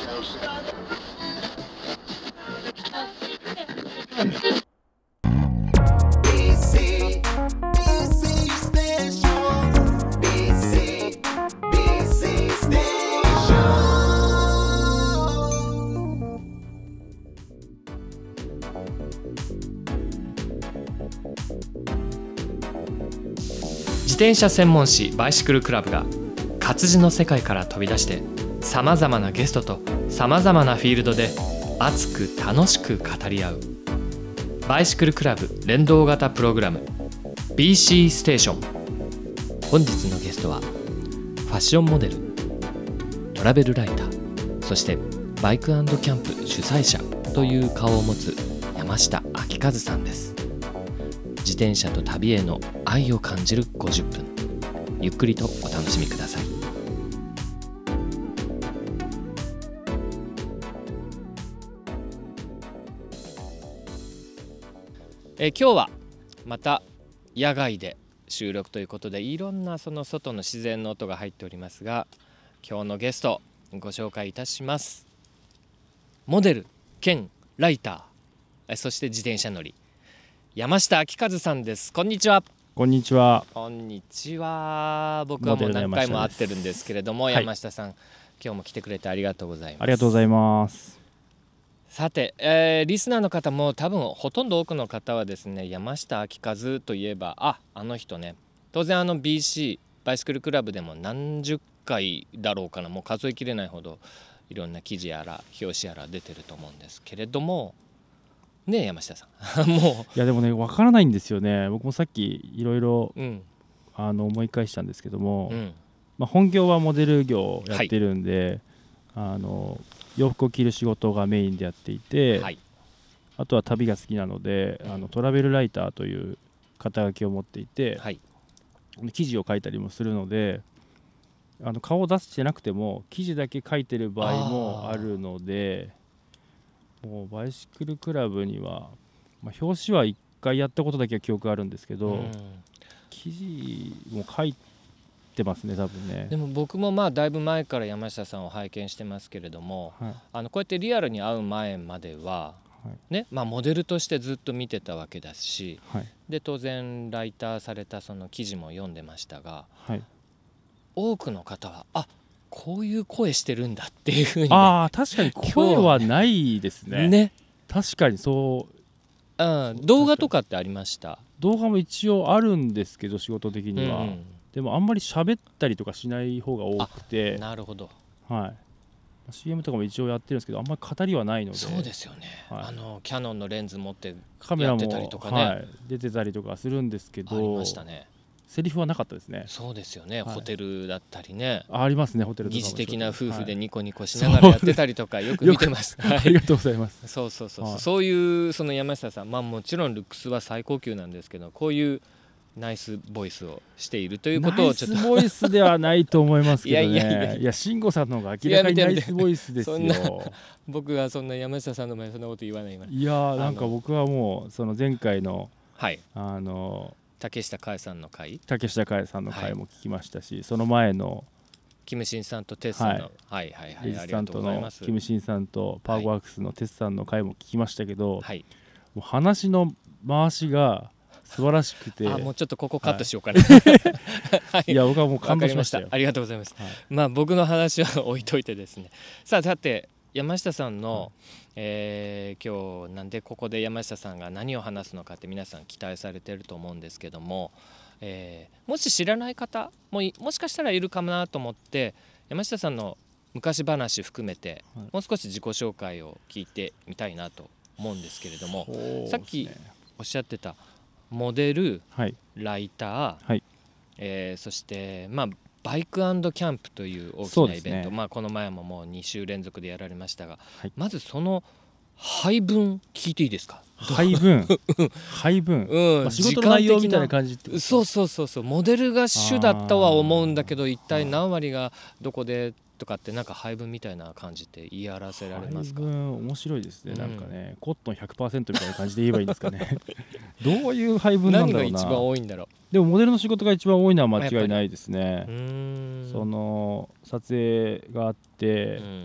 自転車専門誌バイシクルクラブが活字の世界から飛び出してさまざまなゲストとさまざまなフィールドで熱く楽しく語り合うバイシクルクラブ連動型プログラム BC ステーション。本日のゲストはファッションモデル、トラベルライター、そしてバイク&キャンプ主催者という顔を持つ山下明和さんです。自転車と旅への愛を感じる50分、ゆっくりとお楽しみください。今日はまた野外で収録ということで、いろんなその外の自然の音が入っておりますが、今日のゲストご紹介いたします。モデル兼ライター、そして自転車乗り、山下明和さんです。こんにちは。 こんにちは。 こんにちは。僕はもう何回も会ってるんですけれども、山下さん、今日も来てくれてありがとうございます。 ありがとうございます。 さて、リスナーの方も多分ほとんど多くの方はですね、山下明和といえばあの人ね、当然BC バイシクルクラブでも何十回だろうかな、もう数えきれないほどいろんな記事やら表紙やら出てると思うんですけれどもねえ、山下さんもういやでもね、わからないんですよね。僕もさっきいろいろ思い返したんですけども、本業はモデル業をやってるんで、洋服を着る仕事がメインでやっていて、あとは旅が好きなので、トラベルライターという肩書きを持っていて、記事を書いたりもするので、顔を出してなくても記事だけ書いてる場合もあるので、もうバイシクルクラブには、表紙は1回やったことだけは記憶あるんですけど、記事も書いてますね、多分ね。 でも僕もだいぶ前から山下さんを拝見してますけれども、こうやってリアルに会う前までは、モデルとしてずっと見てたわけだし、で当然ライターされたその記事も読んでましたが、多くの方はこういう声してるんだっていうふうに、 確かに声はないですね。確かにそう、 動画とかってありました？ 動画も一応あるんですけど、仕事的には、でもあんまり喋ったりとかしない方が多くて。なるほど。CM とかも一応やってるんですけど、あんまり語りはないので。 そうですよね、キャノンのレンズ持ってカメラもやってたりとかね、 出てたりとかするんですけど、 ありましたね。 セリフはなかったですね。 そうですよね、ホテルだったりね、 ありますね、ホテルとかも疑似的な夫婦でニコニコしながらやってたりとか、よく見てます。 ありがとうございます。 そういうその山下さん、もちろんルックスは最高級なんですけど、こういうナイスボイスをしているということをちょっと、 ナイスボイスではないと思いますけどね。いや慎吾さんの方が明らかにナイスボイスですよ。 僕はそんな山下さんの前そんなこと言わない。 いやなんか僕はもうその前回の竹下佳恵さんの回も聞きましたし、その前のキムシンさんとテスさんの、 レジスタントのキムシンさんとパーゴワークスのテスさんの回も聞きましたけど、もう話の回しが素晴らしくて、 もうちょっとここカットしようかな。 いや僕はもう感動しましたよ。 ありがとうございます。僕の話は置いといてですね、さて山下さんの、今日なんでここで山下さんが何を話すのかって皆さん期待されてると思うんですけども、もし知らない方ももしかしたらいるかなと思って、山下さんの昔話含めて、もう少し自己紹介を聞いてみたいなと思うんですけれども、さっきおっしゃってたモデル、ライター、そしてバイク&キャンプという大きなイベント、この前ももう2週連続でやられましたが、まずその配分聞いていいですか？ 配分仕事の内容みたいな感じって。 そうモデルが主だったは思うんだけど、一体何割がどこでとかって、なんか配分みたいな感じって言い表せられますか？ 配分面白いですね。なんかね、コットン 100% みたいな感じで言えばいいんですかね。どういう配分なんだろうな。 何が一番多いんだろう。 でもモデルの仕事が一番多いのは間違いないですね。その撮影があって、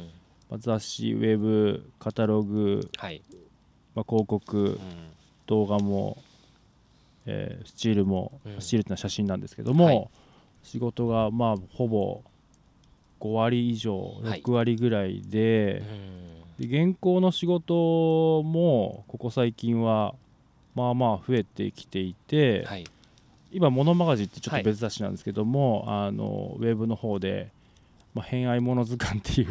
雑誌、ウェブ、カタログ、広告、動画も、スチールも、スチールってのは写真なんですけども、仕事がほぼ5割以上6割ぐらいで、現行の仕事もここ最近は増えてきていて、今モノマガジンってちょっと別雑誌なんですけども、ウェブの方で、偏愛物図鑑っていう、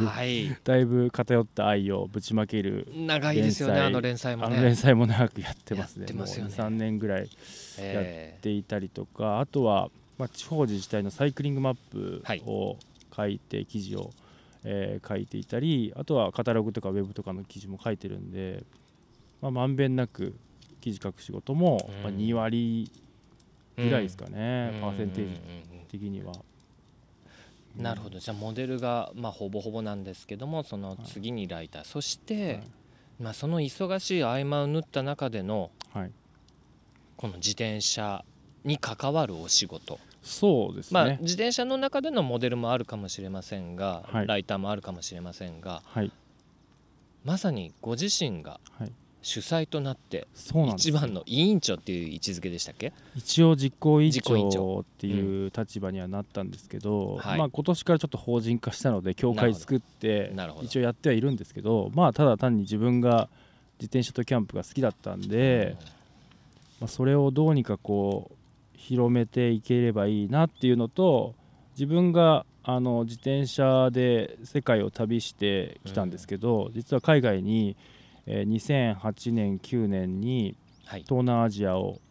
だいぶ偏った愛をぶちまける長いですよね、連載もね。 連載も長くやってますね。もう 2,3 年ぐらいやっていたりとか、あとは、地方自治体のサイクリングマップを書いて、記事を、書いていたり、あとはカタログとかウェブとかの記事も書いてるんで、まんべんなく記事書く仕事も、2割ぐらいですかね、パーセンテージ的には。 なるほど。じゃあモデルがほぼほぼなんですけども、その次にライター、そして、その忙しい合間を縫った中での、この自転車に関わるお仕事。 そうですね。 自転車の中でのモデルもあるかもしれませんが、ライターもあるかもしれませんが、まさにご自身が主催となって一番の委員長っていう位置づけでしたっけ？ 一応実行委員長っていう立場にはなったんですけど、今年からちょっと法人化したので協会作って一応やってはいるんですけど、ただ単に自分が自転車とキャンプが好きだったんで、それをどうにか広めていければいいなっていうのと、自分が自転車で世界を旅してきたんですけど、実は海外に2008年9年に東南アジアを、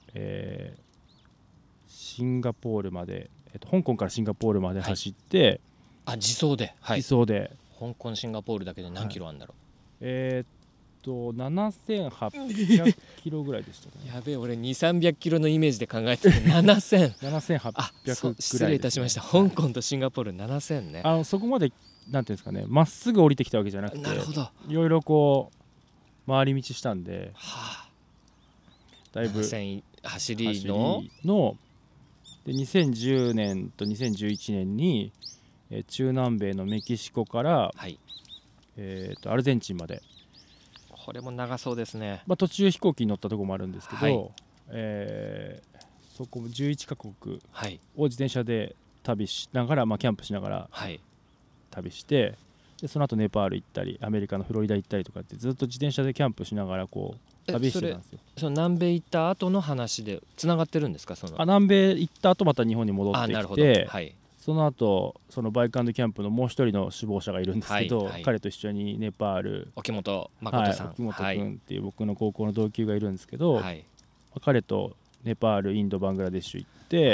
シンガポールまで、香港からシンガポールまで走って、 自走で、 自走で香港シンガポールだけで何キロあるんだろう。 7800キロぐらいでしたね。 やべえ、俺200-300キロのイメージで考えてて 7800 失礼いたしました。香港とシンガポール7000ね。 そこまでなんていうんですかね、まっすぐ降りてきたわけじゃなくて、 なるほど、 いろいろ回り道したんで、だいぶ走りので2010年と2011年に中南米のメキシコから、アルゼンチンまで。 これも長そうですね。 途中飛行機に乗ったところもあるんですけど、そこも11カ国を自転車で旅しながら、キャンプしながら旅して、でその後ネパール行ったりアメリカのフロリダ行ったりとかってずっと自転車でキャンプしながら旅してたんですよ。 その南米行った後の話でつながってるんですか？ 南米行った後また日本に戻ってきて、その後そのバイク&キャンプのもう一人の首謀者がいるんですけど、彼と一緒にネパール、 沖本誠さん、 沖本君っていう僕の高校の同級がいるんですけど、彼とネパール、インド、バングラデシュ行って、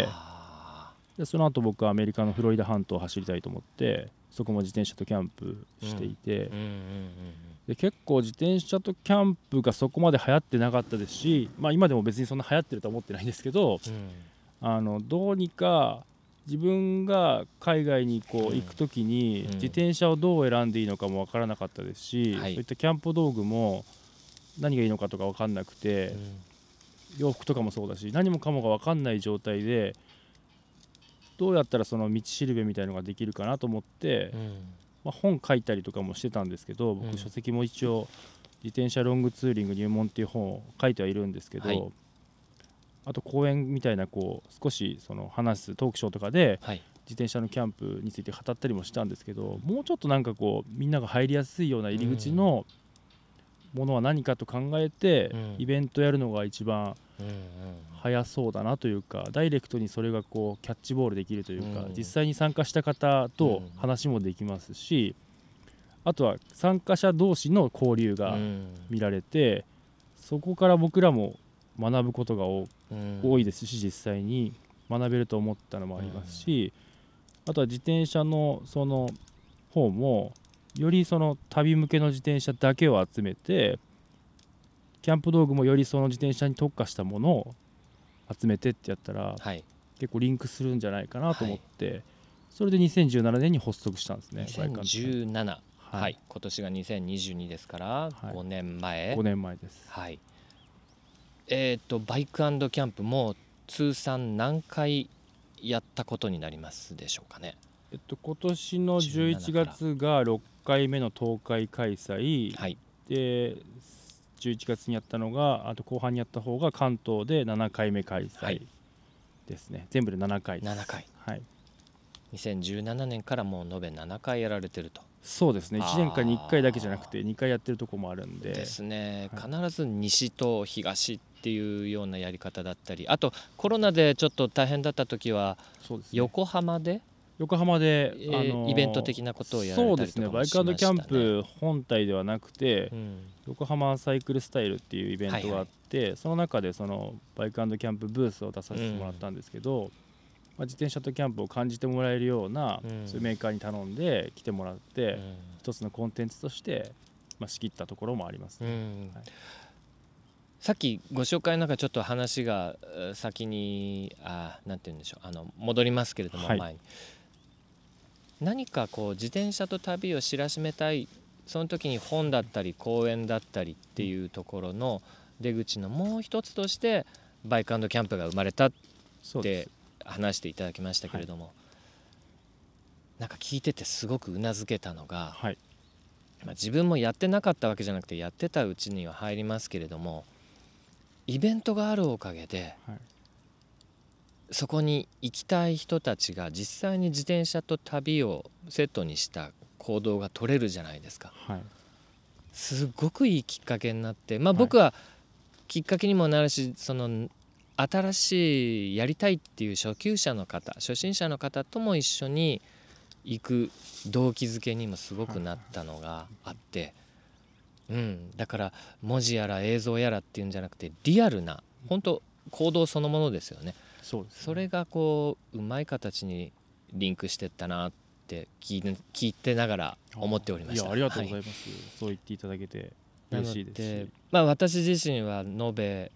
でその後僕はアメリカのフロリダ半島を走りたいと思ってそこも自転車とキャンプしていて、で結構自転車とキャンプがそこまで流行ってなかったですし、今でも別にそんな流行ってるとは思ってないんですけど、どうにか自分が海外に行く時に自転車をどう選んでいいのかも分からなかったですし、そういったキャンプ道具も何がいいのかとか分かんなくて、洋服とかもそうだし何もかもが分かんない状態でどうやったらその道しるべみたいのができるかなと思って、本書いたりとかもしてたんですけど、僕書籍も一応自転車ロングツーリング入門っていう本を書いてはいるんですけど、あと講演みたいな少し話すトークショーとかで自転車のキャンプについて語ったりもしたんですけど、もうちょっとなんかみんなが入りやすいような入り口のものは何かと考えてイベントやるのが一番早そうだなというか、ダイレクトにそれがキャッチボールできるというか、実際に参加した方と話もできますし、あとは参加者同士の交流が見られて、そこから僕らも学ぶことが多いですし、実際に学べると思ったのもありますし、あとは自転車のその方もよりその旅向けの自転車だけを集めて、キャンプ道具もよりその自転車に特化したものを集めてってやったら、結構リンクするんじゃないかなと思って、それで2017年に発足したんですね。 2017、今年が2022ですから5年前。 5年前です。 バイク&キャンプも通算何回やったことになりますでしょうかね？ 今年の11月が6 回目の東海開催、 はい、 で11月にやったのが、あと後半にやった方が関東で7回目開催ですね、はい、全部で7回です。 7回、 はい、 2017年からもう延べ7回やられてると。 そうですね、1年間に1回だけじゃなくて2回やってるとこもあるんでですね、 はい、 必ず西と東っていうようなやり方だったり、あとコロナでちょっと大変だった時は横浜でイベント的なことをやられたりとかもしましたね。 そうですね、バイク&キャンプ本体ではなくて、横浜サイクルスタイルっていうイベントがあって、その中でそのバイク&キャンプブースを出させてもらったんですけど、自転車とキャンプを感じてもらえるような、そういうメーカーに頼んで来てもらって、一つのコンテンツとして仕切ったところもありますね。はい、 さっきご紹介の中ちょっと話が先になんて言うんでしょう、戻りますけれども、前に何かこう自転車と旅を知らしめたい、その時に本だったり講演だったりっていうところの出口のもう一つとしてバイク&キャンプが生まれたって話していただきましたけれども、なんか聞いててすごくうなずけたのが、自分もやってなかったわけじゃなくてやってたうちには入りますけれども、イベントがあるおかげで、そこに行きたい人たちが実際に自転車と旅をセットにした行動が取れるじゃないですか。すごくいいきっかけになって、僕はきっかけにもなるし、その新しいやりたいっていう初級者の方、初心者の方とも一緒に行く動機づけにもすごくなったのがあって、だから文字やら映像やらっていうんじゃなくてリアルな本当行動そのものですよね。それがこううまい形にリンクしてったなって聞いてながら思っておりました。 ありがとうございます、そう言っていただけて嬉しいですし、 私自身は延べ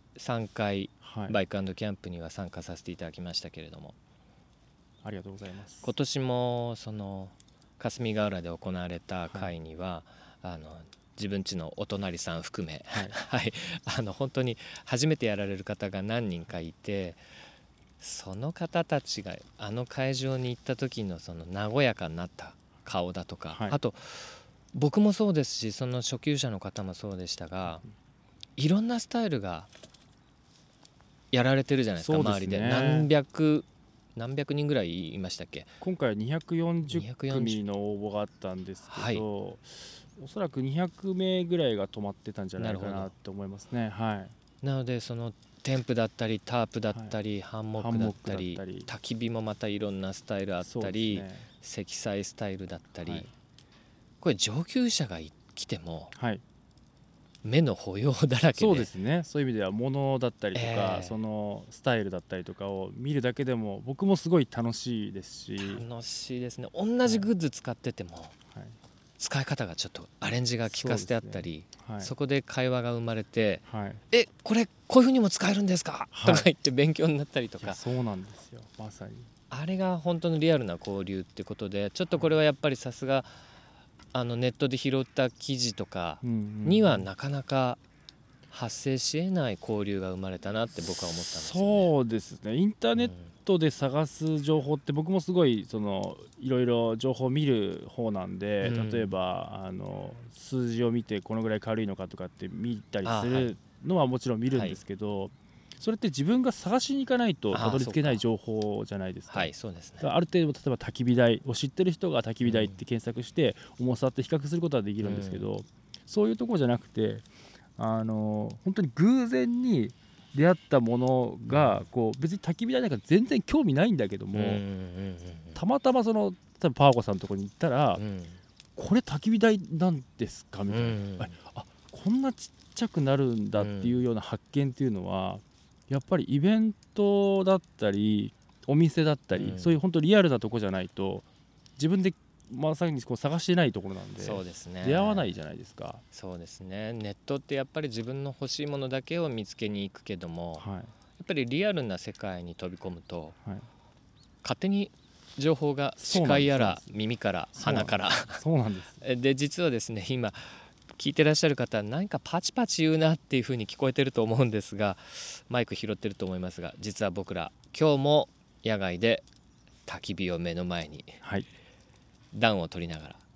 3回バイク&キャンプには参加させていただきましたけれども、 ありがとうございます。 今年もその霞ヶ浦で行われた会には、自分家のお隣さん含め、本当に初めてやられる方が何人かいて、その方たちが会場に行った時のその和やかになった顔だとか、あと僕もそうですし、その初級者の方もそうでしたが、いろんなスタイルがやられてるじゃないですか。周りで何百人ぐらいいましたっけ。 今回は240組の応募があったんですけど、おそらく200名ぐらいが泊まってたんじゃないかなと思いますね。 なのでそのテンプだったりタープだったり、ハンモックだったり焚き火もまたいろんなスタイルあったり、積載スタイルだったり、これ上級者が来ても、目の保養だらけで、 そうですね、そういう意味では物だったりとか、そのスタイルだったりとかを見るだけでも僕もすごい楽しいですし。 楽しいですね。同じグッズ使ってても、使い方がちょっとアレンジが効かせてあったり、そこで会話が生まれて、これこういう風にも使えるんですか、とか言って勉強になったりとか。 そうなんですよ、まさにあれが本当のリアルな交流ってことで、ちょっとこれはやっぱりさすがネットで拾った記事とかにはなかなか発生しえない交流が生まれたなって僕は思ったんですよね。 そうですね、インターネットで探す情報って僕もすごいいろいろ情報を見る方なんで、例えば数字を見てこのぐらい軽いのかとかって見たりするのはもちろん見るんですけど、それって自分が探しに行かないとたどり着けない情報じゃないですか。 そうですね。 ある程度例えば焚き火台を知ってる人が焚き火台って検索して重さって比較することはできるんですけど、そういうところじゃなくて本当に偶然に出会ったものが別に焚き火台なんか全然興味ないんだけども、たまたま例えばパワコさんのところに行ったら、これ焚き火台なんですかみたいな、こんなちっちゃくなるんだっていうような発見っていうのは、やっぱりイベントだったりお店だったり、そういう本当リアルなとこじゃないと自分でまさに探してないところなんで、 そうですね、 出会わないじゃないですか。 そうですね。ネットってやっぱり自分の欲しいものだけを見つけに行くけども、やっぱりリアルな世界に飛び込むと、勝手に情報が視界やら耳から鼻からそうなんですで、実はですね、今聞いてらっしゃる方は何かパチパチ言うなっていう風に聞こえてると思うんですが、マイク拾ってると思いますが、実は僕ら今日も野外で焚き火を目の前に暖を取りながら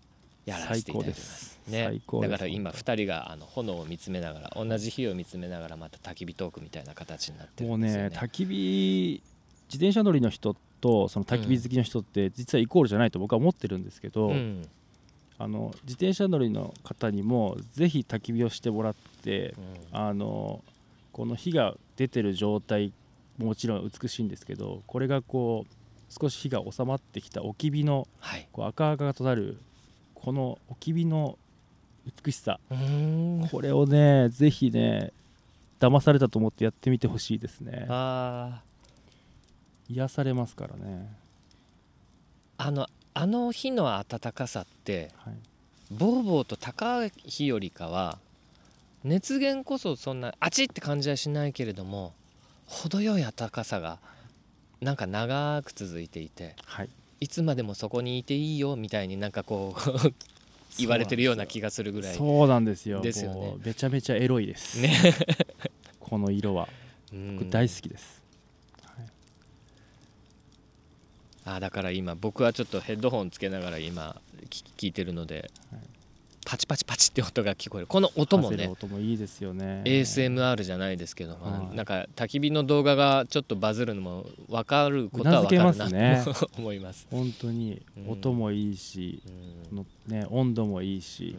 やらせていただきますね。だから今2人が炎を見つめながら、同じ火を見つめながらまた焚き火トークみたいな形になってるんですよね。 もうね、焚き火、自転車乗りの人とその焚き火好きの人って実はイコールじゃないと僕は思ってるんですけど、自転車乗りの方にもぜひ焚き火をしてもらって、この火が出てる状態もちろん美しいんですけど、これがこう少し火が収まってきた置き火のこう赤々となるこの置き火の美しさ、これをねぜひね騙されたと思ってやってみてほしいですね。癒されますからね。 あの火の暖かさって、ボーボーと高い火よりかは熱源こそそんなあちって感じはしないけれども、程よい暖かさがなんか長く続いていて、いつまでもそこにいていいよみたいになんかこう言われてるような気がするぐらい。 そうなんですよ。 ですよね。 めちゃめちゃエロいですねこの色は僕大好きです。 だから今僕はちょっとヘッドホンつけながら今聞いてるので、パチパチパチって音が聞こえる。この音もね、 音もいいですよね。 ASMR じゃないですけど、なんか焚き火の動画がちょっとバズるのも分かることは分かるなと思います。 本当に音もいいし、温度もいいし、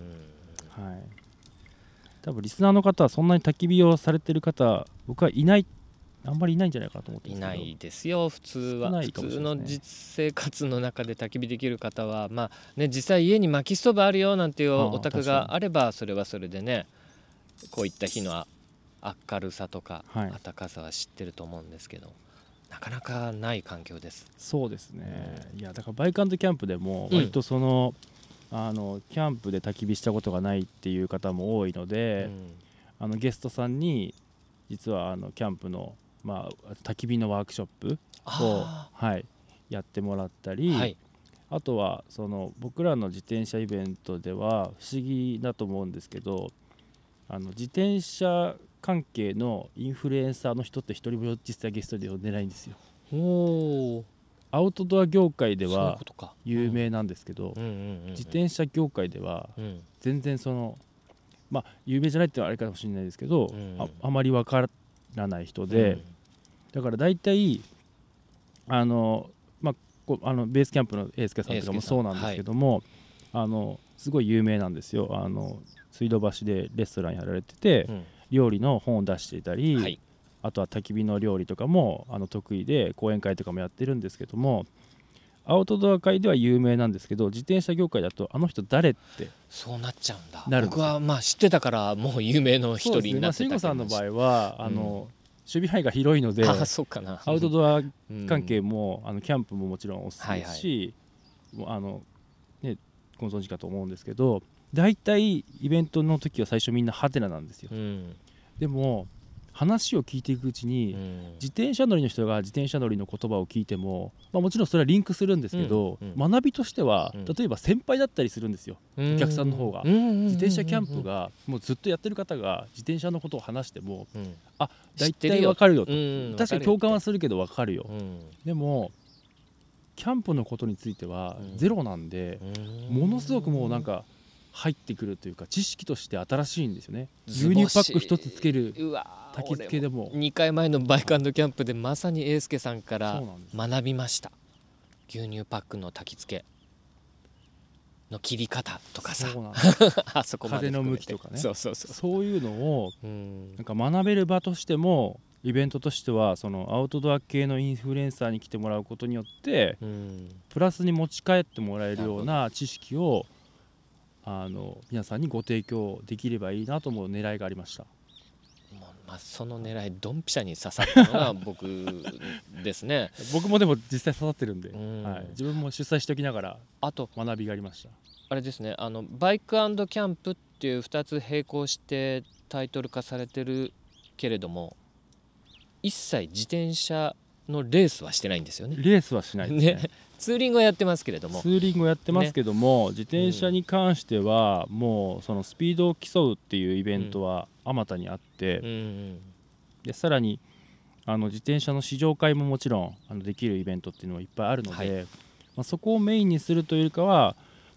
多分リスナーの方はそんなに焚き火をされてる方僕はいない、あんまりいないんじゃないかなと思ってますけど。 いないですよ普通は。普通の実生活の中で焚き火できる方は実際家に薪ストーブあるよなんていうお宅があればそれはそれでね、こういった火の明るさとか暖かさは知ってると思うんですけど、なかなかない環境です。 そうですね。いやだからバイク&キャンプでも割とその、キャンプで焚き火したことがないっていう方も多いので、ゲストさんに実はキャンプの焚き火のワークショップをやってもらったり、あとはその僕らの自転車イベントでは不思議だと思うんですけど、自転車関係のインフルエンサーの人って一人も実際ゲストで呼んでないんですよ。アウトドア業界では有名なんですけど、自転車業界では全然その有名じゃないってのはあれかもしれないですけど、あまり分からない人で、だから大体ベースキャンプの英介さんとかもそうなんですけども、すごい有名なんですよ。水道橋でレストランやられてて、料理の本を出していたり、あとは焚き火の料理とかも得意で講演会とかもやってるんですけども、アウトドア界では有名なんですけど、自転車業界だとあの人誰ってそうなっちゃうんだ。僕は知ってたからもう有名の一人になってたけど、 慎吾さんの場合は守備範囲が広いのでアウトドア関係もキャンプももちろんお好きですし、ご存知かと思うんですけど、大体イベントの時は最初みんなハテナなんですよ。でも話を聞いていくうちに、自転車乗りの人が自転車乗りの言葉を聞いても、もちろんそれはリンクするんですけど、学びとしては例えば先輩だったりするんですよ、お客さんの方が。自転車キャンプがもうずっとやってる方が自転車のことを話しても、大体わかるよと、確かに共感はするけどわかるよ、でもキャンプのことについてはゼロなんで、ものすごくもうなんか入ってくるというか、知識として新しいんですよね。牛乳パック一つつける焚き付けでも。 2回前のバイク&キャンプでまさに英介さんから学びました。牛乳パックの焚き付けの切り方とかさ、あそこまで風の向きとかね、 そういうのをなんか学べる場としても、イベントとしてはそのアウトドア系のインフルエンサーに来てもらうことによって、プラスに持ち帰ってもらえるような知識を皆さんにご提供できればいいなと思う狙いがありました。 その狙いドンピシャに刺さったのが僕ですね。 僕もでも実際刺さってるんで、自分も主催しておきながら学びがありました。 あれですね、バイク&キャンプっていう2つ並行してタイトル化されてるけれども、一切自転車のレースはしてないんですよね。 レースはしないですね。 ツーリングはやってますけれども、 自転車に関してはもうそのスピードを競うっていうイベントはあまたにあって、でさらに自転車の試乗会ももちろんできるイベントっていうのはいっぱいあるので、そこをメインにするというよりかは、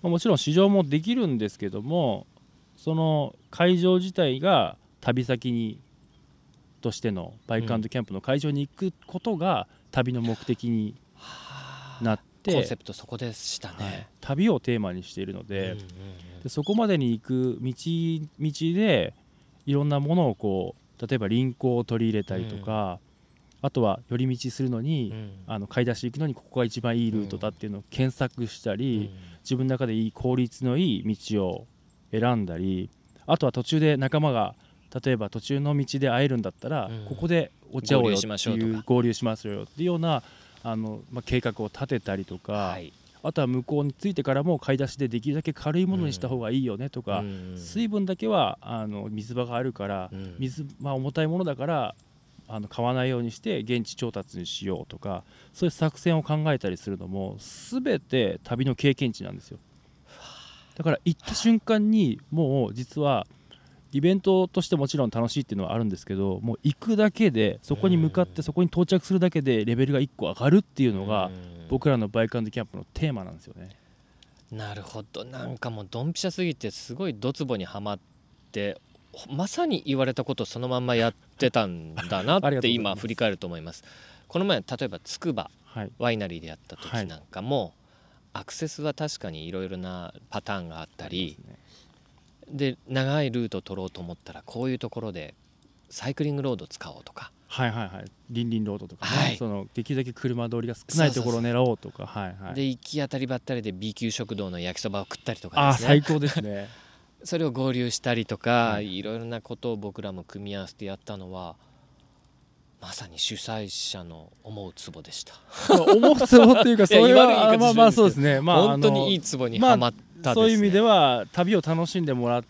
もちろん試乗もできるんですけども、その会場自体が旅先にとしてのバイク&キャンプの会場に行くことが旅の目的になって、 コンセプトそこでしたね、はい、 旅をテーマにしているので、でそこまでに行く道でいろんなものをこう例えば輪行を取り入れたりとか、あとは寄り道するのに、買い出し行くのにここが一番いいルートだっていうのを検索したり、自分の中でいい効率のいい道を選んだり、あとは途中で仲間が例えば途中の道で会えるんだったら、ここでお茶をよっていう合流しますよっていうような計画を立てたりとか、はい、あとは向こうに着いてからも買い出しでできるだけ軽いものにした方がいいよねとか、水分だけは水場があるから、重たいものだから買わないようにして現地調達にしようとか、そういう作戦を考えたりするのも全て旅の経験値なんですよ。だから行った瞬間にもう実はイベントとしてもちろん楽しいっていうのはあるんですけど、もう行くだけでそこに向かってそこに到着するだけでレベルが1個上がるっていうのが僕らのバイク&キャンプのテーマなんですよね。 なるほど。なんかもうドンピシャすぎてすごいドツボにはまって、まさに言われたことをそのまんまやってたんだなって今振り返ると思います。この前例えばつくばワイナリーでやった時なんかも、アクセスは確かにいろいろなパターンがあったりで、長いルートを取ろうと思ったらこういうところでサイクリングロード使おうとか、 リンリンロードとかね、そのできるだけ車通りが少ないところを狙おうとか、 で行き当たりばったりで B 級食堂の焼きそばを食ったりとかですね。 最高ですねそれを合流したりとか、いろいろなことを僕らも組み合わせてやったのはまさに主催者の思うツボでした思うツボっていうか、そういうそうですね、 本当にいいツボにはまったですね。 そういう意味では旅を楽しんでもらって、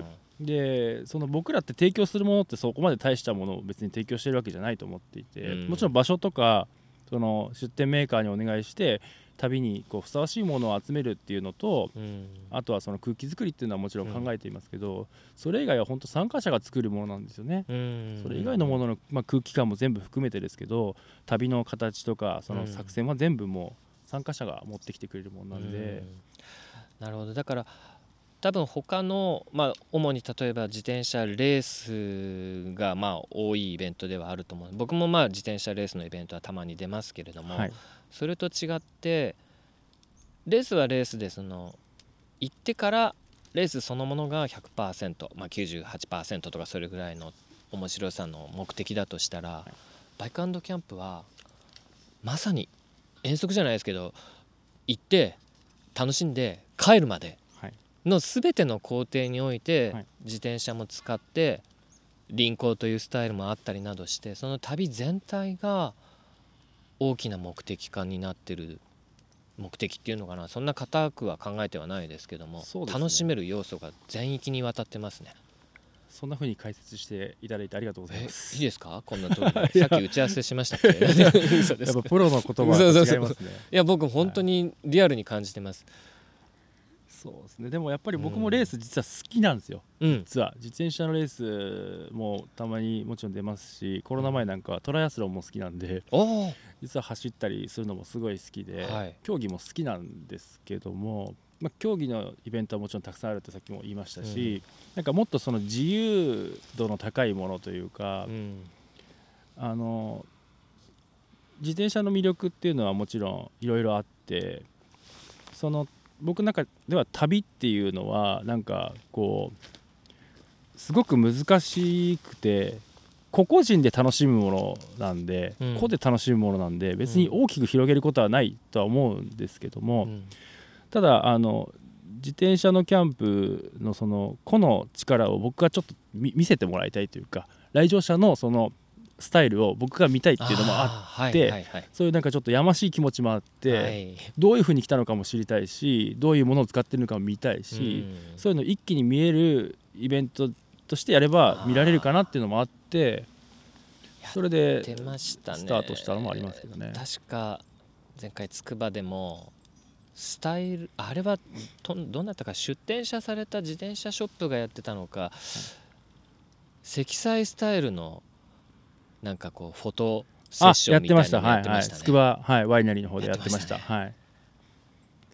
でその僕らって提供するものってそこまで大したものを別に提供してるわけじゃないと思っていて、もちろん場所とかその出店メーカーにお願いして旅にこうふさわしいものを集めるっていうのと、あとはその空気作りっていうのはもちろん考えていますけど、それ以外は本当参加者が作るものなんですよね。それ以外のものの、空気感も全部含めてですけど、旅の形とかその作戦は全部もう参加者が持ってきてくれるものなんで。 なるほど。だから多分他の、主に例えば自転車レースが多いイベントではあると思う。僕も自転車レースのイベントはたまに出ますけれども、それと違ってレースはレースでその行ってからレースそのものが 100%、98% とかそれぐらいの面白さの目的だとしたら、バイク&キャンプはまさに遠足じゃないですけど、行って楽しんで帰るまでの全ての工程において自転車も使って輪行というスタイルもあったりなどして、その旅全体が大きな目的化になってる、目的っていうのかな、そんな固くは考えてはないですけども、楽しめる要素が全域にわたってますね。 そんな風に解説していただいてありがとうございます。 いいですか、こんな通りさっき打ち合わせしましたっけ嘘です。やっぱプロの言葉は違いますね。 いや僕本当にリアルに感じてます。 そうですね。でもやっぱり僕もレース実は好きなんですよ。実は自転車のレースもたまにもちろん出ますし、コロナ前なんかはトライアスロンも好きなんで、実は走ったりするのもすごい好きで、競技も好きなんですけども、競技のイベントはもちろんたくさんあるってさっきも言いましたし、なんかもっとその自由度の高いものというか、自転車の魅力っていうのはもちろんいろいろあって、その僕の中では旅っていうのはなんかこうすごく難しくて、個々人で楽しむものなんで、個で楽しむものなんで、別に大きく広げることはないとは思うんですけども、ただ自転車のキャンプのその個の力を僕はちょっと見せてもらいたいというか、来場者のそのスタイルを僕が見たいっていうのもあって、そういうなんかちょっとやましい気持ちもあって、どういう風に来たのかも知りたいし、どういうものを使ってるのかも見たいし、そういうの一気に見えるイベントとしてやれば見られるかなっていうのもあって、それでスタートしたのもありますけどね。 確か前回つくばでもスタイル、あれはどんなったか、出店者された自転車ショップがやってたのか、積載スタイルのなんかこうフォトセッションみたいなのやってましたね。 つくばワイナリーの方でやってました。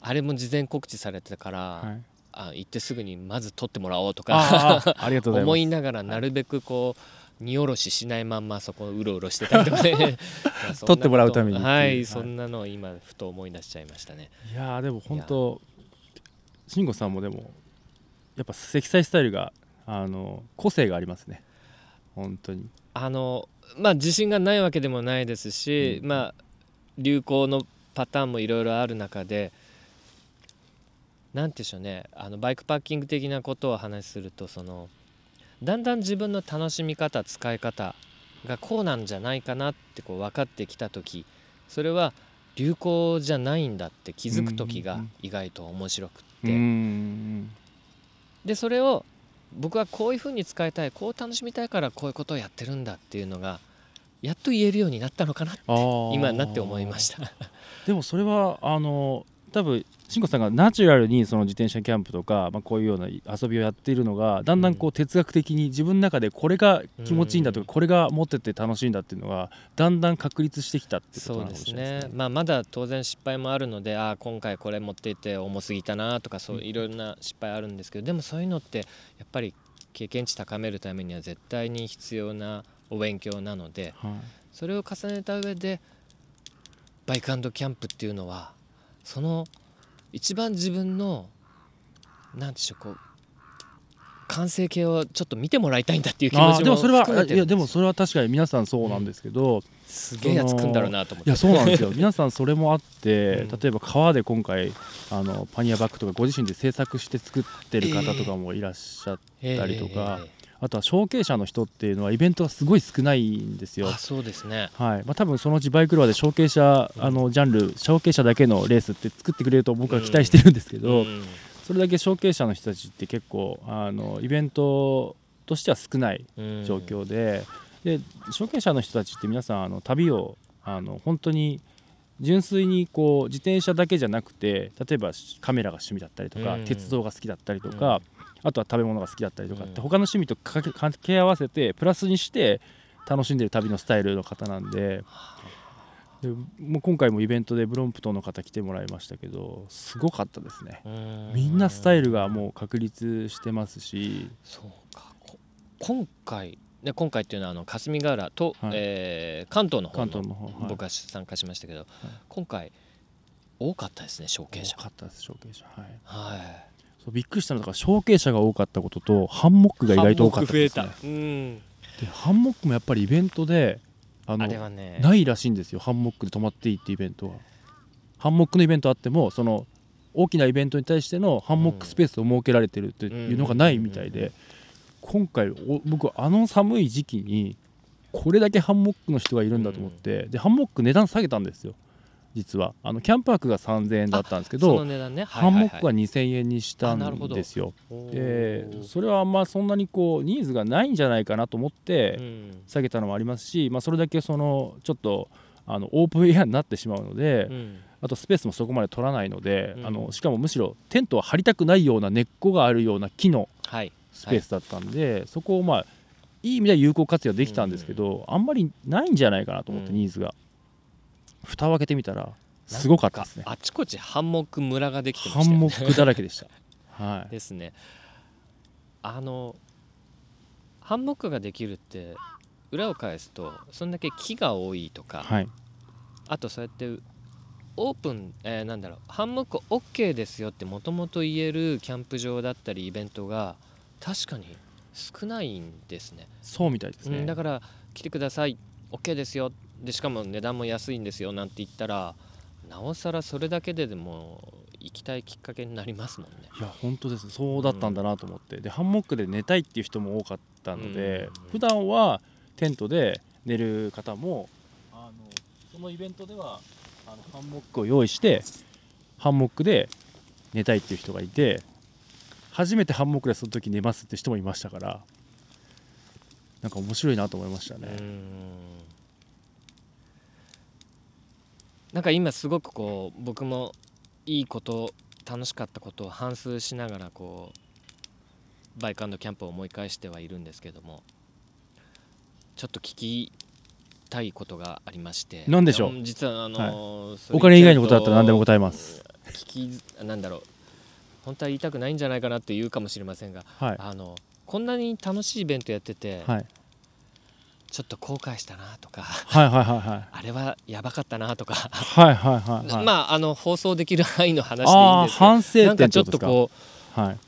あれも事前告知されてたから、 はい行ってすぐにまず撮ってもらおうとかありがとうございます思いながらなるべくこう荷下ろししないまんまそこをうろうろしてたりとかね撮ってもらうためにはい、そんなのを今ふと思い出しちゃいましたね。 いやでも本当慎吾さんもでもやっぱ積載スタイルが個性がありますね本当に。 自信がないわけでもないですし、流行のパターンもいろいろある中でなんていうんでしょうね、バイクパッキング的なことをお話しするとだんだん自分の楽しみ方使い方がこうなんじゃないかなってこう分かってきた時、それは流行じゃないんだって気づく時が意外と面白くって、でそれを僕はこういう風に使いたい、こう楽しみたいからこういうことをやってるんだっていうのがやっと言えるようになったのかなって今になって思いましたでもそれは多分慎吾さんがナチュラルにその自転車キャンプとか、こういうような遊びをやっているのがだんだんこう哲学的に自分の中でこれが気持ちいいんだとか、これが持ってて楽しいんだっていうのがだんだん確立してきたってことなのかもしれないですね。 そうですね。まだ当然失敗もあるので今回これ持っていて重すぎたなとかそういろいろな失敗あるんですけど、でもそういうのってやっぱり経験値高めるためには絶対に必要なお勉強なので、それを重ねた上でバイク&キャンプっていうのはその一番自分のなんでしょう、こう完成形をちょっと見てもらいたいんだっていう気持ちも含めてるんです。 でもそれは確かに皆さんそうなんですけど、 すげえやつ組んだろうなと思って。 いやそうなんですよ皆さんそれもあって、例えば革で今回パニアバッグとかご自身で制作して作ってる方とかもいらっしゃったりとか、あとは承継者の人っていうのはイベントがすごい少ないんですよ。 そうですね。 多分そのうちバイクロアで承継者ジャンル承継者だけのレースって作ってくれると僕は期待してるんですけど、それだけ承継者の人たちって結構イベントとしては少ない状況で、承継者の人たちって皆さん旅を本当に純粋にこう自転車だけじゃなくて、例えばカメラが趣味だったりとか、鉄道が好きだったりとか、あとは食べ物が好きだったりとかって他の趣味と掛け合わせてプラスにして楽しんでる旅のスタイルの方なんで、もう今回もイベントでブロンプトンの方来てもらいましたけどすごかったですね。みんなスタイルがもう確立してますし。 そうか、今回っていうのは霞ヶ浦と、関東の方の僕は参加しましたけど、今回多かったですね承継者。 多かったです承継者。びっくりしたのが承継者が多かったこととハンモックが意外と多かったですね。でハンモックもやっぱりイベントであれは、ないらしいんですよ。ハンモックで泊まっていいってイベントは。ハンモックのイベントあってもその大きなイベントに対してのハンモックスペースを設けられてるっていうのがないみたいで、今回僕寒い時期にこれだけハンモックの人がいるんだと思って、でハンモック値段下げたんですよ。実はキャンプ泊が3000円だったんですけど、ハンモックは2000円にしたんですよ。でそれはそんなにこうニーズがないんじゃないかなと思って下げたのもありますし、それだけちょっとオープンエアになってしまうので、あとスペースもそこまで取らないので、しかもむしろテントは張りたくないような根っこがあるような木のスペースだったんで、そこをいい意味では有効活用できたんですけど、あんまりないんじゃないかなと思って、ニーズが。蓋を開けてみたたらすごかったですね。 あちこちハンモック村ができてましたよね。 ハンモックだらけでした。 ですね。ハンモックができるって裏を返すとそんだけ木が多いとか、あとそうやってオープン、ハンモック OK ですよってもともと言えるキャンプ場だったりイベントが確かに少ないんですね。 そうみたいですね。 だから来てください OK ですよで、しかも値段も安いんですよなんて言ったらなおさらそれだけでも行きたいきっかけになりますもんね。 いや本当です。そうだったんだなと思って、でハンモックで寝たいっていう人も多かったので、普段はテントで寝る方もそのイベントではハンモックを用意してハンモックで寝たいっていう人がいて、初めてハンモックでその時寝ますって人もいましたから、なんか面白いなと思いましたね。 なんか今すごくこう僕もいいこと楽しかったことを反芻しながらこうバイク&キャンプを思い返してはいるんですけども、ちょっと聞きたいことがありまして。 何でしょう。 実はお金以外のことだったら何でも答えます。 なんだろう、本当は言いたくないんじゃないかなって言うかもしれませんが、 はい、 こんなに楽しいイベントやってて、 はい、 ちょっと後悔したなとか、 はいはいはいはい、 あれはやばかったなとか、 はいはいはいはい、 まあ放送できる範囲の話でいいんですけど、 反省点なんかちょっとこう、はい、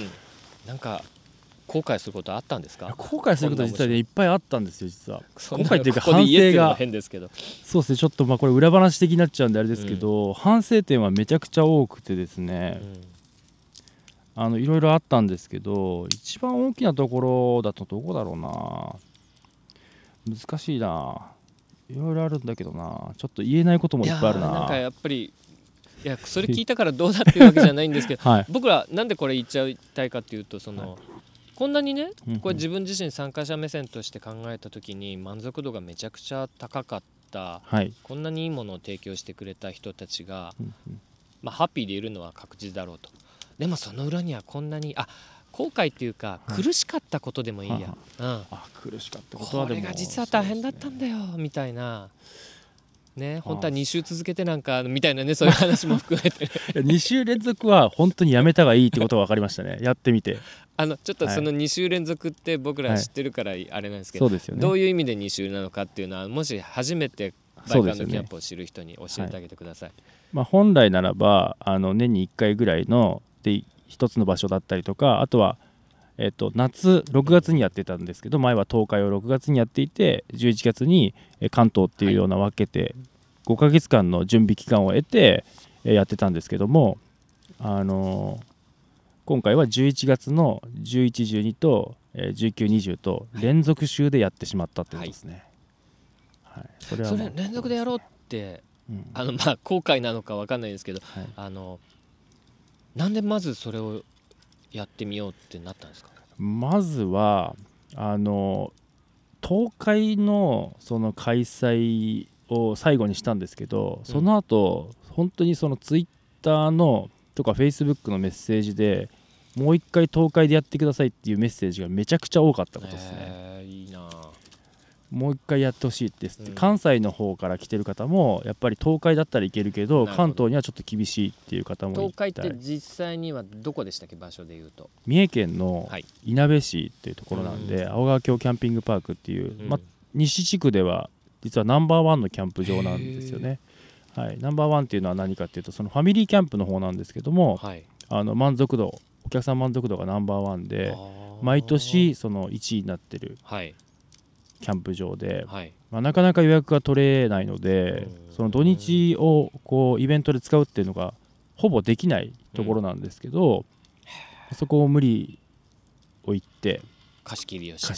なんか後悔することあったんですか？ 後悔することは実はねいっぱいあったんですよ、実は。 後悔っていうか反省が変ですけど、 そうですね、ちょっとこれ裏話的になっちゃうんであれですけど、反省点はめちゃくちゃ多くてですね、いろいろあったんですけど、一番大きなところだとどこだろうな、難しいな、いろいろあるんだけどな、ちょっと言えないこともいっぱいあるな。 なんかやっぱりそれ聞いたからどうだっていうわけじゃないんですけど、 はい、 僕らなんでこれ言っちゃいたいかっていうと、こんなにね、これ自分自身参加者目線として考えた時に満足度がめちゃくちゃ高かった、 はい、 こんなにいいものを提供してくれた人たちが、ハッピーでいるのは確実だろうと。でもその裏にはこんなに後悔っていうか、苦しかったことでもいいや、 苦しかったことはでもこれが実は大変だったんだよみたいなね、本当は2週続けてなんかみたいなね、そういう話も含めて 2週連続は本当にやめた方がいいってことが分かりましたね、やってみて。 ちょっとその2週連続って僕ら知ってるからあれなんですけど、 そうですよね、 どういう意味で2週なのかっていうのは、もし初めてバイカーのキャンプを知る人に教えてあげてください。 本来ならば年に1回ぐらいので一つの場所だったりとか、あとは夏6月にやってたんですけど、前は東海を6月にやっていて、11月に関東っていうような分けて5ヶ月間の準備期間を得てやってたんですけども、今回は11月の11、12と19、20と連続週でやってしまったってことですね。 それ連続でやろうって、後悔なのか分かんないですけど、なんでまずそれをやってみようってなったんですか？ まずは東海のその開催を最後にしたんですけど、その後本当にそのツイッターのとかフェイスブックのメッセージでもう一回東海でやってくださいっていうメッセージがめちゃくちゃ多かったことですね。 いいな。 もう一回やってほしいですって、関西の方から来てる方もやっぱり東海だったらいけるけど関東にはちょっと厳しいっていう方もいたり。 東海って実際にはどこでしたっけ、場所でいうと？ 三重県のいなべ市っていうところなんで、青川峡キャンピングパークっていう、西地区では実はナンバーワンのキャンプ場なんですよね。ナンバーワンっていうのは何かっていうと、そのファミリーキャンプの方なんですけども、満足度、お客さん満足度がナンバーワンで毎年その1位になってるキャンプ場で、なかなか予約が取れないので、その土日をこうイベントで使うっていうのがほぼできないところなんですけど、そこを無理を言って貸し切りをして、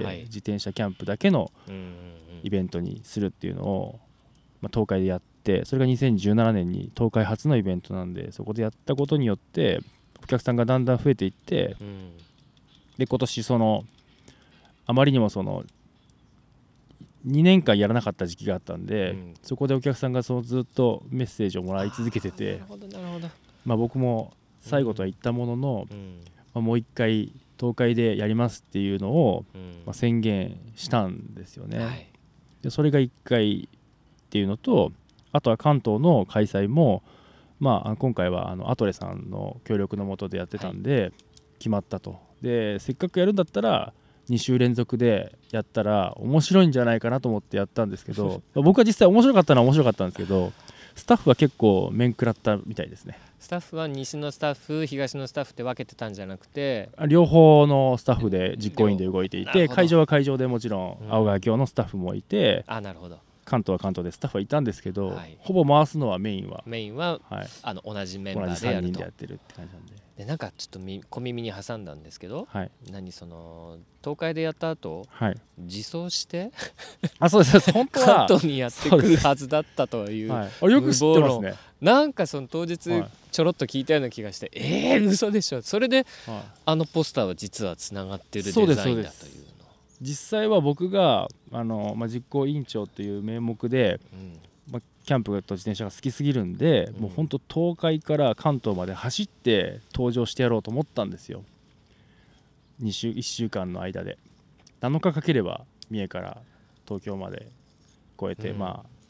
自転車キャンプだけのイベントにするっていうのを、東海でやって、それが2017年に東海初のイベントなんで、そこでやったことによってお客さんがだんだん増えていって、で今年あまりにも2年間やらなかった時期があったんで、そこでお客さんがずっとメッセージをもらい続けてて、僕も最後とは言ったものの、もう一回東海でやりますっていうのを、宣言したんですよね。でそれが1回っていうのと、あとは関東の開催も、今回はアトレさんの協力のもとでやってたんで決まったと。でせっかくやるんだったら2週連続でやったら面白いんじゃないかなと思ってやったんですけど僕は実際面白かったのは面白かったんですけど、スタッフは結構面食らったみたいですね。 スタッフは西のスタッフ、東のスタッフって分けてたんじゃなくて、 両方のスタッフで実行委員で動いていて、会場は会場でもちろん青川峡のスタッフもいて、 なるほど、 関東は関東でスタッフはいたんですけど、ほぼ回すのはメインは同じメンバーでやると、 同じ3人でやってるって感じなんで。 なんかちょっと小耳に挟んだんですけど、東海でやった後、自走してそうです本当は関東にやってくるはずだったという、 よく知ってますね。 なんか当日ちょろっと聞いたような気がして、嘘でしょ。それで、ポスターは実はつながってるデザインだというの。 実際は僕が実行委員長という名目で、キャンプと自転車が好きすぎるんで、もう本当東海から関東まで走って登場してやろうと思ったんですよ。1週間の間で7日かければ三重から東京まで越えて、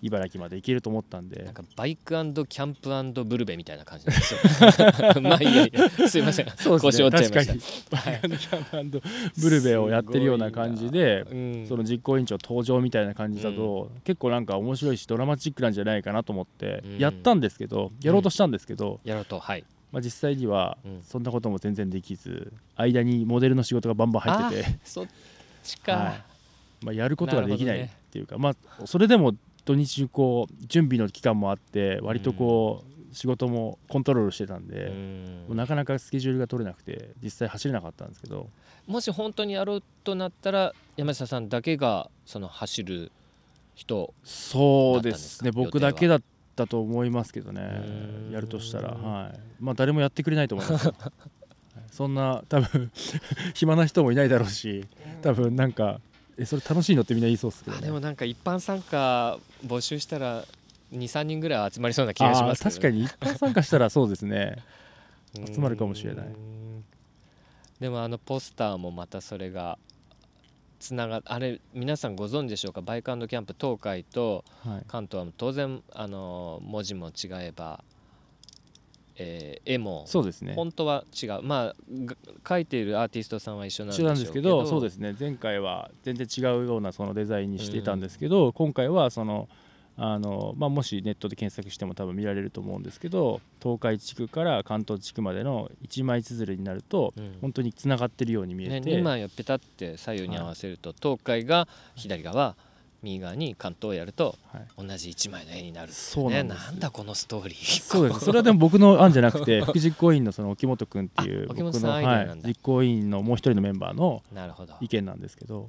茨城まで行けると思ったんで、 なんかバイクキャンプブルベみたいな感じなんですよまあいやいやすいません、 そうですね、 腰折っちゃいました。 確かにバイクキャンプブルベをやってるような感じで、その実行委員長登場みたいな感じだと、結構なんか面白いしドラマチックなんじゃないかなと思ってやったんですけど、やろうとしたんですけど、 はい、 まあ、実際にはそんなことも全然できず、間にモデルの仕事がバンバン入ってて、 そっちか、 はい、まあ、やることができないっていうか、まあ、それでも土日こう準備の期間もあって割とこう仕事もコントロールしてたんで、もうなかなかスケジュールが取れなくて実際走れなかったんですけど、 もし本当にやろうとなったら山下さんだけがその走る人だったんですか？ そうですね、僕だけだったと思いますけどね、やるとしたら、はい、まあ誰もやってくれないと思いますよそんな多分暇な人もいないだろうし、多分なんかそれ楽しいのってみんな言いそうですけどね。 でもなんか一般参加募集したら 2,3 人ぐらい集まりそうな気がしますけど、ね、 確かに一般参加したらそうですね集まるかもしれない。 でもポスターもまたそれがあれ皆さんご存知でしょうか？バイク&キャンプ東海と関東は当然文字も違えば、絵も本当は違う、まあ描いているアーティストさんは一緒なんですけど、 そうですね、前回は全然違うようなそのデザインにしていたんですけど、今回はそのまあ、もしネットで検索しても多分見られると思うんですけど、東海地区から関東地区までの一枚綴りになると本当につながってるように見えて、 2枚をペタって左右に合わせると、東海が左側右側に関東をやると同じ1枚の絵になるんですよね。なんだこのストーリー。 そうです。それはでも僕の案じゃなくて副実行委員のその沖本君っていう僕の実行委員のもう一人のメンバーの意見なんですけど。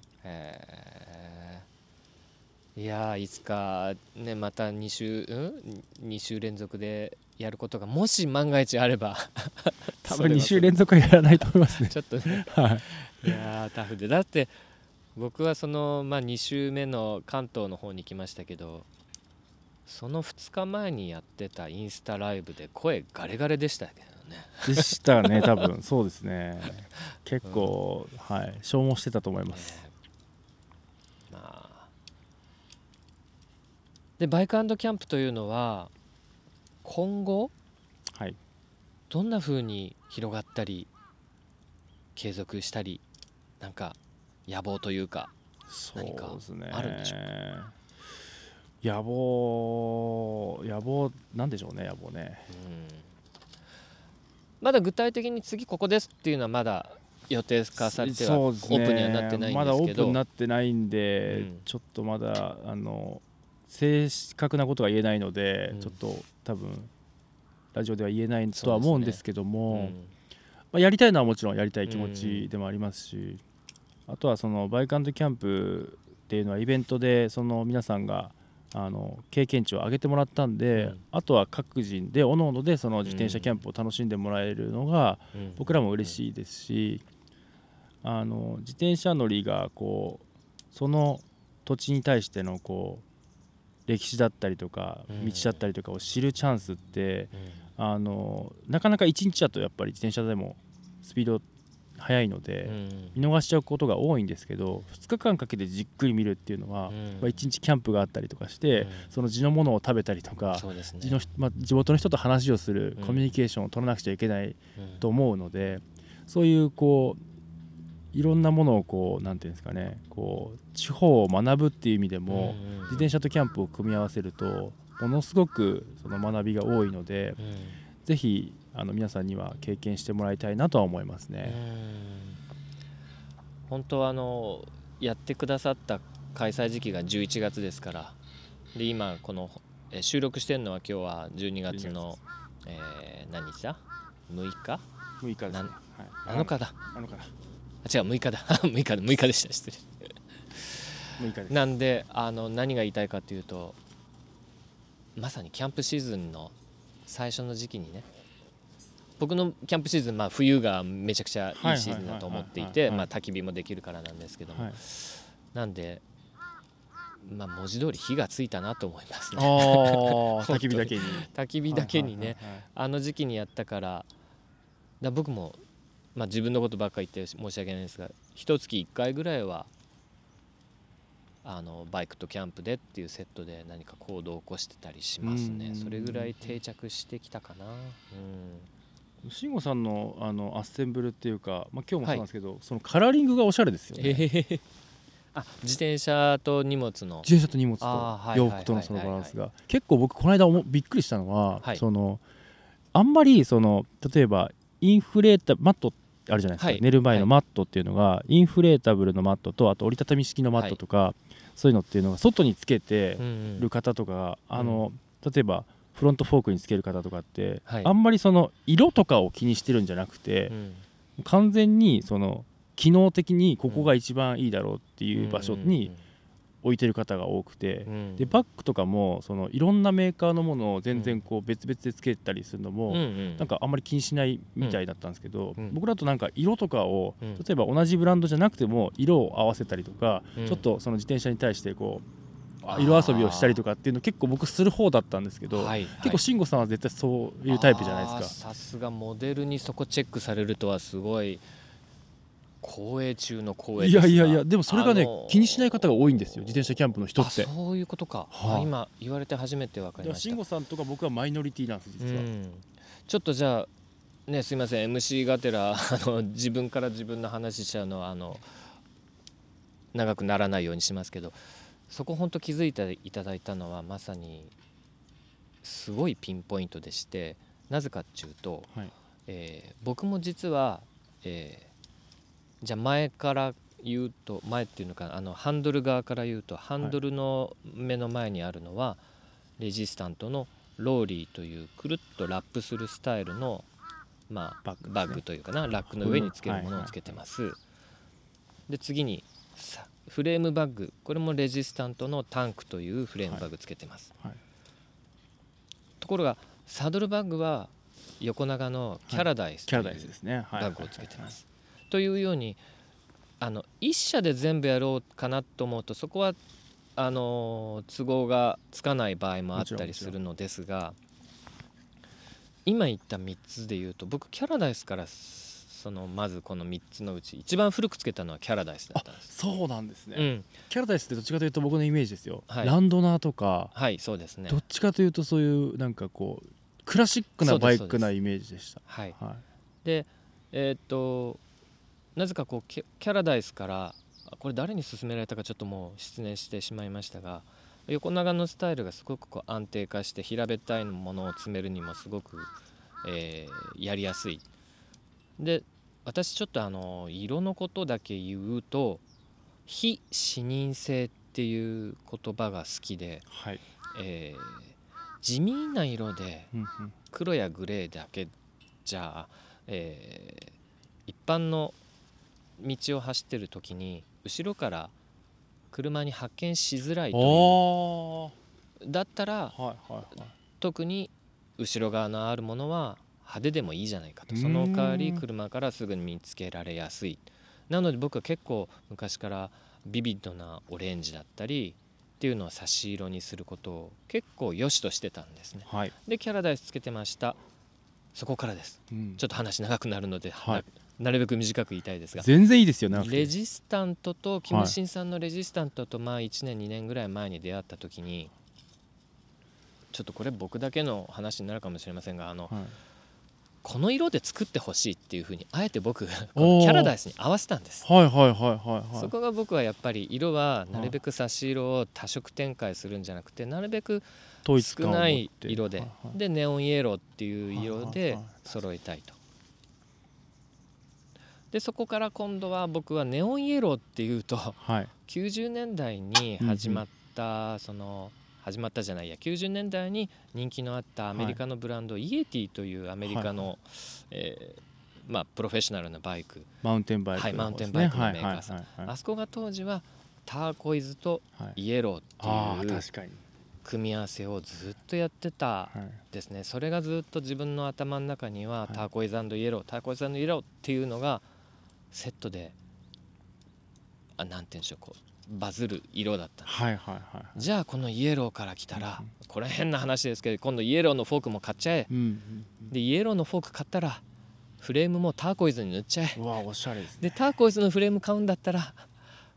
いやいつかねまた2週連続でやることがもし万が一あれば多分2週連続はやらないと思いますねちょっとねいやタフで、だって僕はその、2週目の関東の方に来ましたけど、その2日前にやってたインスタライブで声ガレガレでしたけどね。 でしたね多分そうですね結構、消耗してたと思います、 でバイク&キャンプというのは今後、どんな風に広がったり継続したりなんか野望というか何かあるんでしょうか？ 野望なんでしょうね。野望ね、 まだ具体的に次ここですっていうのはまだ予定化されてはオープンにはなってないんですけど、 まだオープンになってないんで、ちょっとまだ正確なことは言えないので、ちょっと多分ラジオでは言えないとは思うんですけども、やりたいのはもちろんやりたい気持ちでもありますし、あとはそのバイク&キャンプっていうのはイベントでその皆さんが経験値を上げてもらったんで、あとは各人で各々でその自転車キャンプを楽しんでもらえるのが僕らも嬉しいですし、自転車乗りがこうその土地に対してのこう歴史だったりとか道だったりとかを知るチャンスって、なかなか1日だとやっぱり自転車でもスピード速いので見逃しちゃうことが多いんですけど、2日間かけてじっくり見るっていうのは1日キャンプがあったりとかしてその地のものを食べたりとか地元の人と話をするコミュニケーションを取らなくちゃいけないと思うので、そういうこういろんなものをこうなんていうんですかね、こう地方を学ぶっていう意味でも自転車とキャンプを組み合わせるとものすごくその学びが多いので、ぜひ皆さんには経験してもらいたいなとは思いますね。 本当はやってくださった開催時期が11月ですから、で今この収録してるのは今日は12月の何日だ6日 6日ですね、 7日だ違う6日だ6日でした、失礼6日です。なんで何が言いたいかというと、まさにキャンプシーズンの最初の時期にね、僕のキャンプシーズン、冬がめちゃくちゃいいシーズンだと思っていて、焚き火もできるからなんですけども、なんで文字通り火がついたなと思いますね。 焚き火だけに焚き火だけにね、あの時期にやったから僕も自分のことばっかり言って申し訳ないんですが、1月1回ぐらいはバイクとキャンプでっていうセットで何か行動を起こしてたりしますね。それぐらい定着してきたかな。 慎吾さんのアッセンブルっていうか、今日もそうなんですけど、そのカラーリングがおしゃれですよね。 自転車と荷物と洋服とのそのバランスが結構僕この間びっくりしたのは、あんまり例えばインフレータマットあるじゃないですか、寝る前のマットっていうのがインフレータブルのマットとあと折りたたみ式のマットとか、そういうのっていうのが外につけてる方とか、例えばフロントフォークにつける方とかって、あんまりその色とかを気にしてるんじゃなくて、完全にその機能的にここが一番いいだろうっていう場所に置いてる方が多くて、でバッグとかもいろんなメーカーのものを全然別々でつけたりするのもなんかあんまり気にしないみたいだったんですけど、僕だとなんか色とかを例えば同じブランドじゃなくても色を合わせたりとか、ちょっとその自転車に対して色遊びをしたりとかっていうの結構僕する方だったんですけど、結構慎吾さんは絶対そういうタイプじゃないですか。 さすがモデルにそこチェックされるとはすごい光栄中の光栄ですが。 いやでもそれがね、気にしない方が多いんですよ、自転車キャンプの人って。 そういうことか、今言われて初めて分かりました。 慎吾さんとか僕はマイノリティなんです実は。 ちょっとじゃあね、すいません MC がてら自分から自分の話しちゃうのは長くならないようにしますけど、そこ本当気づいていただいたのはまさにすごいピンポイントでして、なぜかっていうと、僕も実は、じゃあ前から言うと、前っていうのかな、ハンドル側から言うと、ハンドルの目の前にあるのはレジスタントのローリーというくるっとラップするスタイルの、バッグというかな、ラックの上につけるものをつけてます。で次にフレームバッグ、これもレジスタントのタンクというフレームバッグつけてます。ところがサドルバッグは横長のキャラダイスというバッグをつけてます。というように一社で全部やろうかなと思うと、そこは都合がつかない場合もあったりするのですが、今言った3つでいうと、僕キャラダイスからまずこの3つのうち一番古くつけたのはキャラダイスだったんです。 そうなんですね、キャラダイスってどっちかというと僕のイメージですよ、ランドナーとか、 そうですね、 どっちかというとそういうなんかこうクラシックなバイクなイメージでした。 でなぜかこうキャラダイスから、これ誰に勧められたかちょっともう失念してしまいましたが、横長のスタイルがすごくこう安定化して平べったいものを詰めるにもすごく、やりやすい。で私ちょっと色のことだけ言うと非視認性っていう言葉が好きで、地味な色で黒やグレーだけじゃ、一般の道を走ってる時に後ろから車に発見しづらいという、だったら、特に後ろ側のあるものは派手でもいいじゃないかと、その代わり車からすぐに見つけられやすい。なので僕は結構昔からビビッドなオレンジだったりっていうのを差し色にすることを結構良しとしてたんですね。でキャラダイスつけてました。そこからです、ちょっと話長くなるので、なるべく短く言いたいですが、 全然いいですよね。 レジスタントとキムシンさんのレジスタントと1年2年ぐらい前に出会った時に、ちょっとこれ僕だけの話になるかもしれませんが、この色で作ってほしいっていうふうにあえて僕このキャラダイスに合わせたんです。そこが僕はやっぱり色はなるべく差し色を多色展開するんじゃなくて、なるべく少ない色でネオンイエローっていう色で揃えたいと。でそこから今度は僕はネオンイエローっていうと、90年代に始まった90年代に人気のあったアメリカのブランド、イエティというアメリカのプロフェッショナルなバイク、 マウンテンバイクのメーカーさん、あそこが当時はターコイズとイエローっていう組み合わせをずっとやってたですね。それがずっと自分の頭の中にはターコイズ&イエロー、ターコイズ&イエローっていうのがセットでなんて言うんでしょう、こうバズる色だったんです。じゃあこのイエローから来たら、これ変な話ですけど、今度イエローのフォークも買っちゃえ、でイエローのフォーク買ったらフレームもターコイズに塗っちゃえ、 おしゃれですね。 でターコイズのフレーム買うんだったら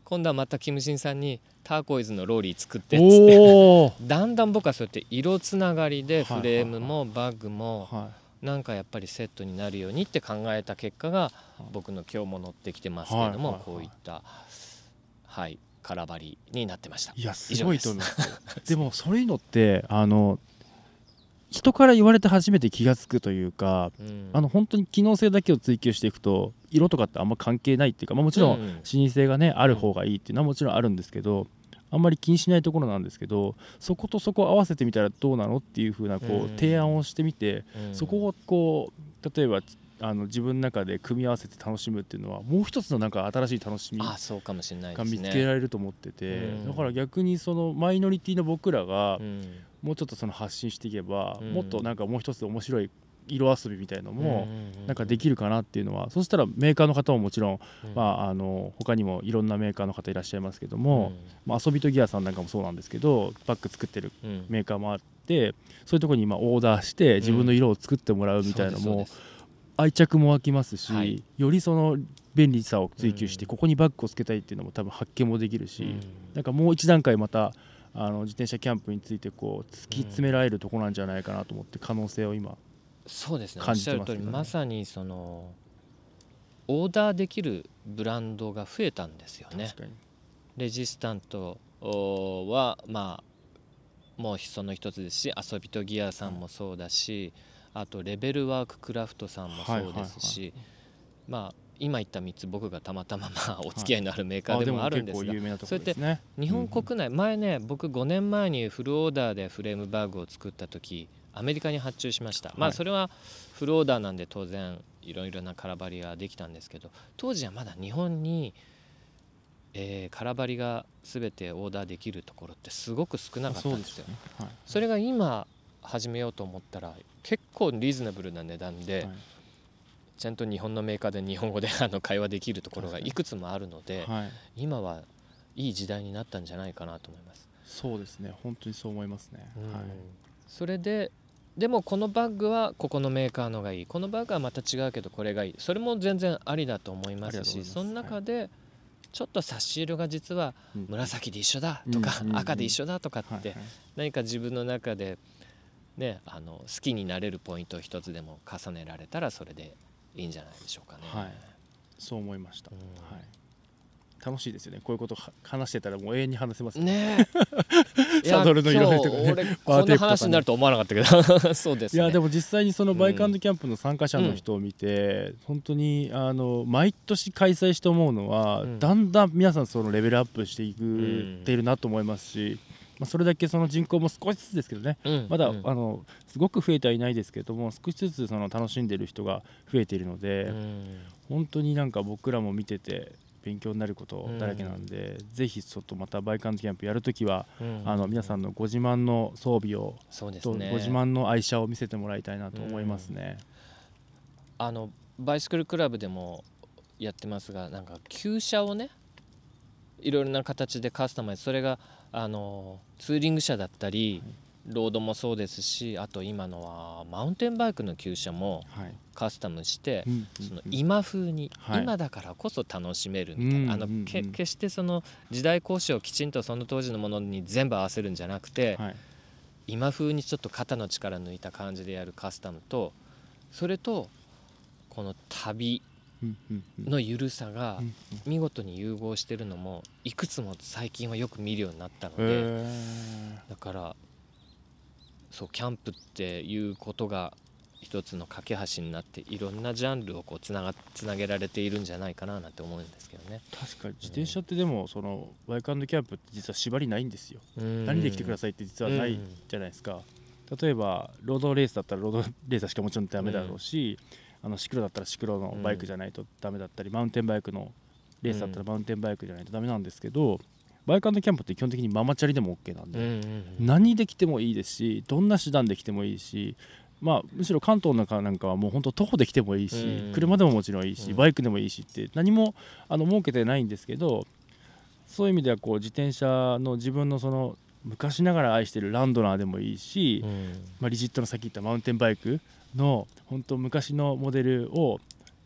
今度はまたキムシンさんにターコイズのローリー作ってっつってだんだん僕はそうやって色つながりでフレームもバッグもなんかやっぱりセットになるようにって考えた結果が僕の今日も乗ってきてますけれども、こういったはい空張りになってました。 いやすごいと思いますでもそういうのって人から言われて初めて気が付くというか、本当に機能性だけを追求していくと色とかってあんま関係ないっていうか、もちろん視認性がねある方がいいっていうのはもちろんあるんですけど、あんまり気にしないところなんですけど、そことそこを合わせてみたらどうなのっていう風なこう提案をしてみて、そこをこう例えば自分の中で組み合わせて楽しむっていうのはもう一つのなんか新しい楽しみが見つけられると思ってて、だから逆にそのマイノリティの僕らがもうちょっとその発信していけば、もっとなんかもう一つ面白い色遊びみたいのもなんかできるかなっていうのは、そしたらメーカーの方ももちろん、他にもいろんなメーカーの方いらっしゃいますけども、遊びとギアさんなんかもそうなんですけど、バッグ作ってるメーカーもあって、そういうところに今オーダーして自分の色を作ってもらうみたいなのも愛着も湧きますし、よりその便利さを追求してここにバッグをつけたいっていうのも多分発見もできるし、なんかもう一段階また自転車キャンプについてこう突き詰められるところなんじゃないかなと思って、可能性を今そうですね、おっしゃる通り、まさにそのオーダーできるブランドが増えたんですよね。レジスタントはまあもうその一つですし、遊びとギアさんもそうだし、あとレベルワーククラフトさんもそうですし、まあ今言った3つ僕がたまたまお付き合いのあるメーカーでもあるんですが、そうやって日本国内、前ね僕5年前にフルオーダーでフレームバッグを作った時アメリカに発注しました。まあそれはフルオーダーなんで当然いろいろな空張りができたんですけど、当時はまだ日本に空張りが全てオーダーできるところってすごく少なかったんですよ。それが今始めようと思ったら結構リーズナブルな値段で、ちゃんと日本のメーカーで日本語で会話できるところがいくつもあるので、今はいい時代になったんじゃないかなと思います。 そうですね、本当にそう思いますね。 それでもこのバッグはここのメーカーのがいい、このバッグはまた違うけどこれがいい、それも全然ありだと思いますし、その中でちょっと差し色が実は紫で一緒だとか赤で一緒だとかって何か自分の中でね好きになれるポイントを一つでも重ねられたらそれでいいんじゃないでしょうかね。 そう思いました。楽しいですよね、こういうこと話してたらもう永遠に話せますね。サドルの色とかね、 俺こんな話になると思わなかったけどそうですね。 いやでも実際にそのバイク&キャンプの参加者の人を見て、本当に毎年開催して思うのは、だんだん皆さんそのレベルアップしていっているなと思いますし、それだけその人口も少しずつですけどね、まだすごく増えてはいないですけども、少しずつその楽しんでいる人が増えているので、本当になんか僕らも見てて勉強になることだらけなんで、ぜひちょっとまたバイク&キャンプやるときは、皆さんのご自慢の装備をとご自慢の愛車を見せてもらいたいなと思いますね。 バイシクルクラブでもやってますが、なんか旧車をねいろいろな形でカスタマイズ、それがツーリング車だったり、ロードもそうですし、あと今のはマウンテンバイクの旧車もカスタムして、その今風に、今だからこそ楽しめるみたいな、決してその時代交渉をきちんとその当時のものに全部合わせるんじゃなくて、今風にちょっと肩の力抜いた感じでやるカスタムと、それとこの旅のゆるさが見事に融合してるのもいくつも最近はよく見るようになったので、だからそうキャンプっていうことが一つの架け橋になっていろんなジャンルをこうつなげられているんじゃないかななんて思うんですけどね。 確かに自転車ってでもそのバイク&キャンプって実は縛りないんですよ。何で来てくださいって実はないじゃないですか。例えばロードレースだったらロードレーサーしかもちろんダメだろうし、シクロだったらシクロのバイクじゃないとダメだったり、マウンテンバイクのレースだったらマウンテンバイクじゃないとダメなんですけど、バイク&キャンプって基本的にママチャリでも OK なんで、何で来てもいいですし、どんな手段で来てもいいし、むしろ関東の中なんかはもう本当徒歩で来てもいいし、車でももちろんいいし、バイクでもいいしって何も設けてないんですけど、そういう意味ではこう自転車の自分のその昔ながら愛してるランドナーでもいいし、リジットのさっき言ったマウンテンバイクの本当昔のモデルを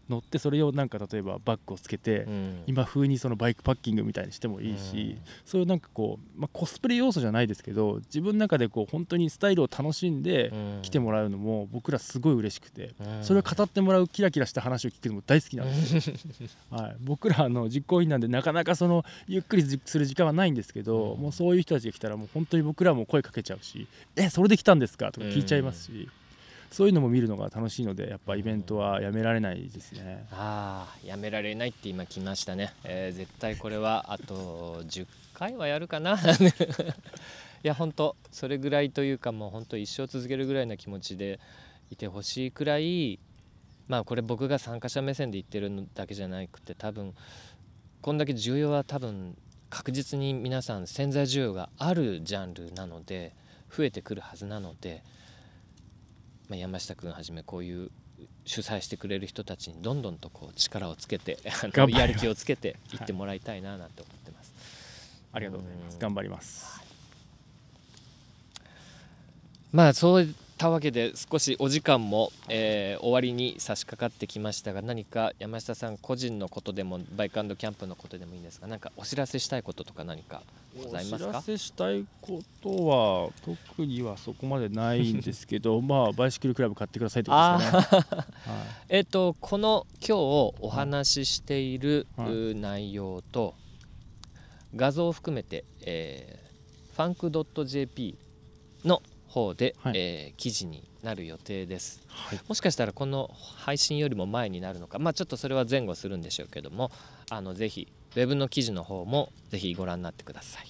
乗ってそれをなんか例えばバッグをつけて、今風にそのバイクパッキングみたいにしてもいいし、そういうなんかこう、コスプレ要素じゃないですけど自分の中でこう本当にスタイルを楽しんで来てもらうのも僕らすごい嬉しくて、それを語ってもらうキラキラした話を聞くのも大好きなんですよはい、僕ら実行委員なんでなかなかそのゆっくりする時間はないんですけど、もうそういう人たちが来たらもう本当に僕らも声かけちゃうし、それで来たんですかとか聞いちゃいますし、そういうのも見るのが楽しいのでやっぱイベントはやめられないですね。 やめられないって今来ましたね。絶対これはあと10回はやるかないや本当それぐらいというか、もう本当一生続けるぐらいの気持ちでいてほしいくらい、これ僕が参加者目線で言ってるのだけじゃなくて、多分こんだけ需要は多分確実に皆さん潜在需要があるジャンルなので増えてくるはずなので、山下君はじめこういう主催してくれる人たちにどんどんとこう力をつけてやる気をつけていってもらいたいななんて思ってます。 ありがとうございます。頑張ります。 そういったわけで少しお時間も、終わりに差し掛かってきましたが、何か山下さん個人のことでもバイク&キャンプのことでもいいんですが、何かお知らせしたいこととか何かございますか？ お知らせしたいことは特にはそこまでないんですけどバイシクルクラブ買ってくださいってことですかねこの今日お話ししている内容と画像を含めて、funk.jp の方で、記事になる予定です、もしかしたらこの配信よりも前になるのか、ちょっとそれは前後するんでしょうけども、ぜひウェブの記事の方もぜひご覧になってください。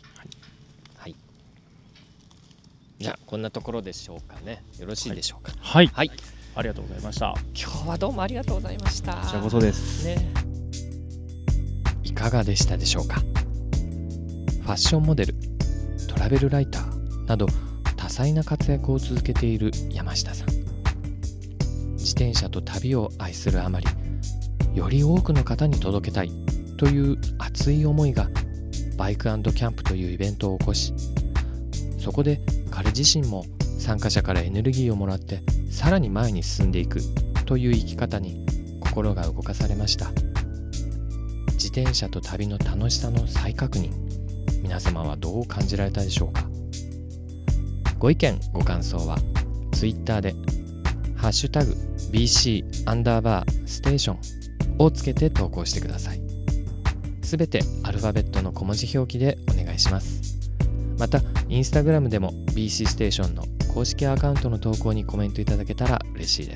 じゃあこんなところでしょうかね。よろしいでしょうか。 はい、ありがとうございました。 今日はどうもありがとうございました。 こちらこそですいかがでしたでしょうか。ファッションモデル、トラベルライターなど多彩な活躍を続けている山下さん。自転車と旅を愛するあまり、より多くの方に届けたいという熱い思いがバイク&キャンプというイベントを起こし、そこで彼自身も参加者からエネルギーをもらってさらに前に進んでいくという生き方に心が動かされました。自転車と旅の楽しさの再確認、皆様はどう感じられたでしょうか。ご意見ご感想はツイッターでハッシュタグ BC_station をつけて投稿してください。すべてアルファベットの小文字表記でお願いします。またインスタグラムでも BC ステーションの公式アカウントの投稿にコメントいただけたら嬉しいです。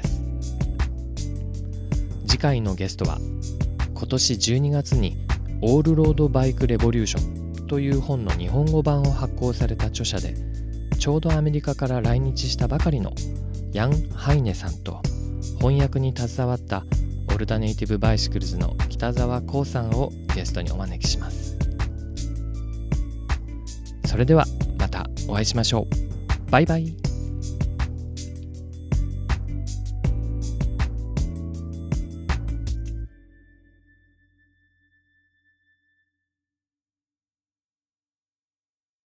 次回のゲストは今年12月にオールロードバイクレボリューションという本の日本語版を発行された著者で、ちょうどアメリカから来日したばかりのヤン・ハイネさんと翻訳に携わったオルタネイティブバイシクルズの北澤光さんをゲストにお招きします。それではまたお会いしましょう。バイバイ。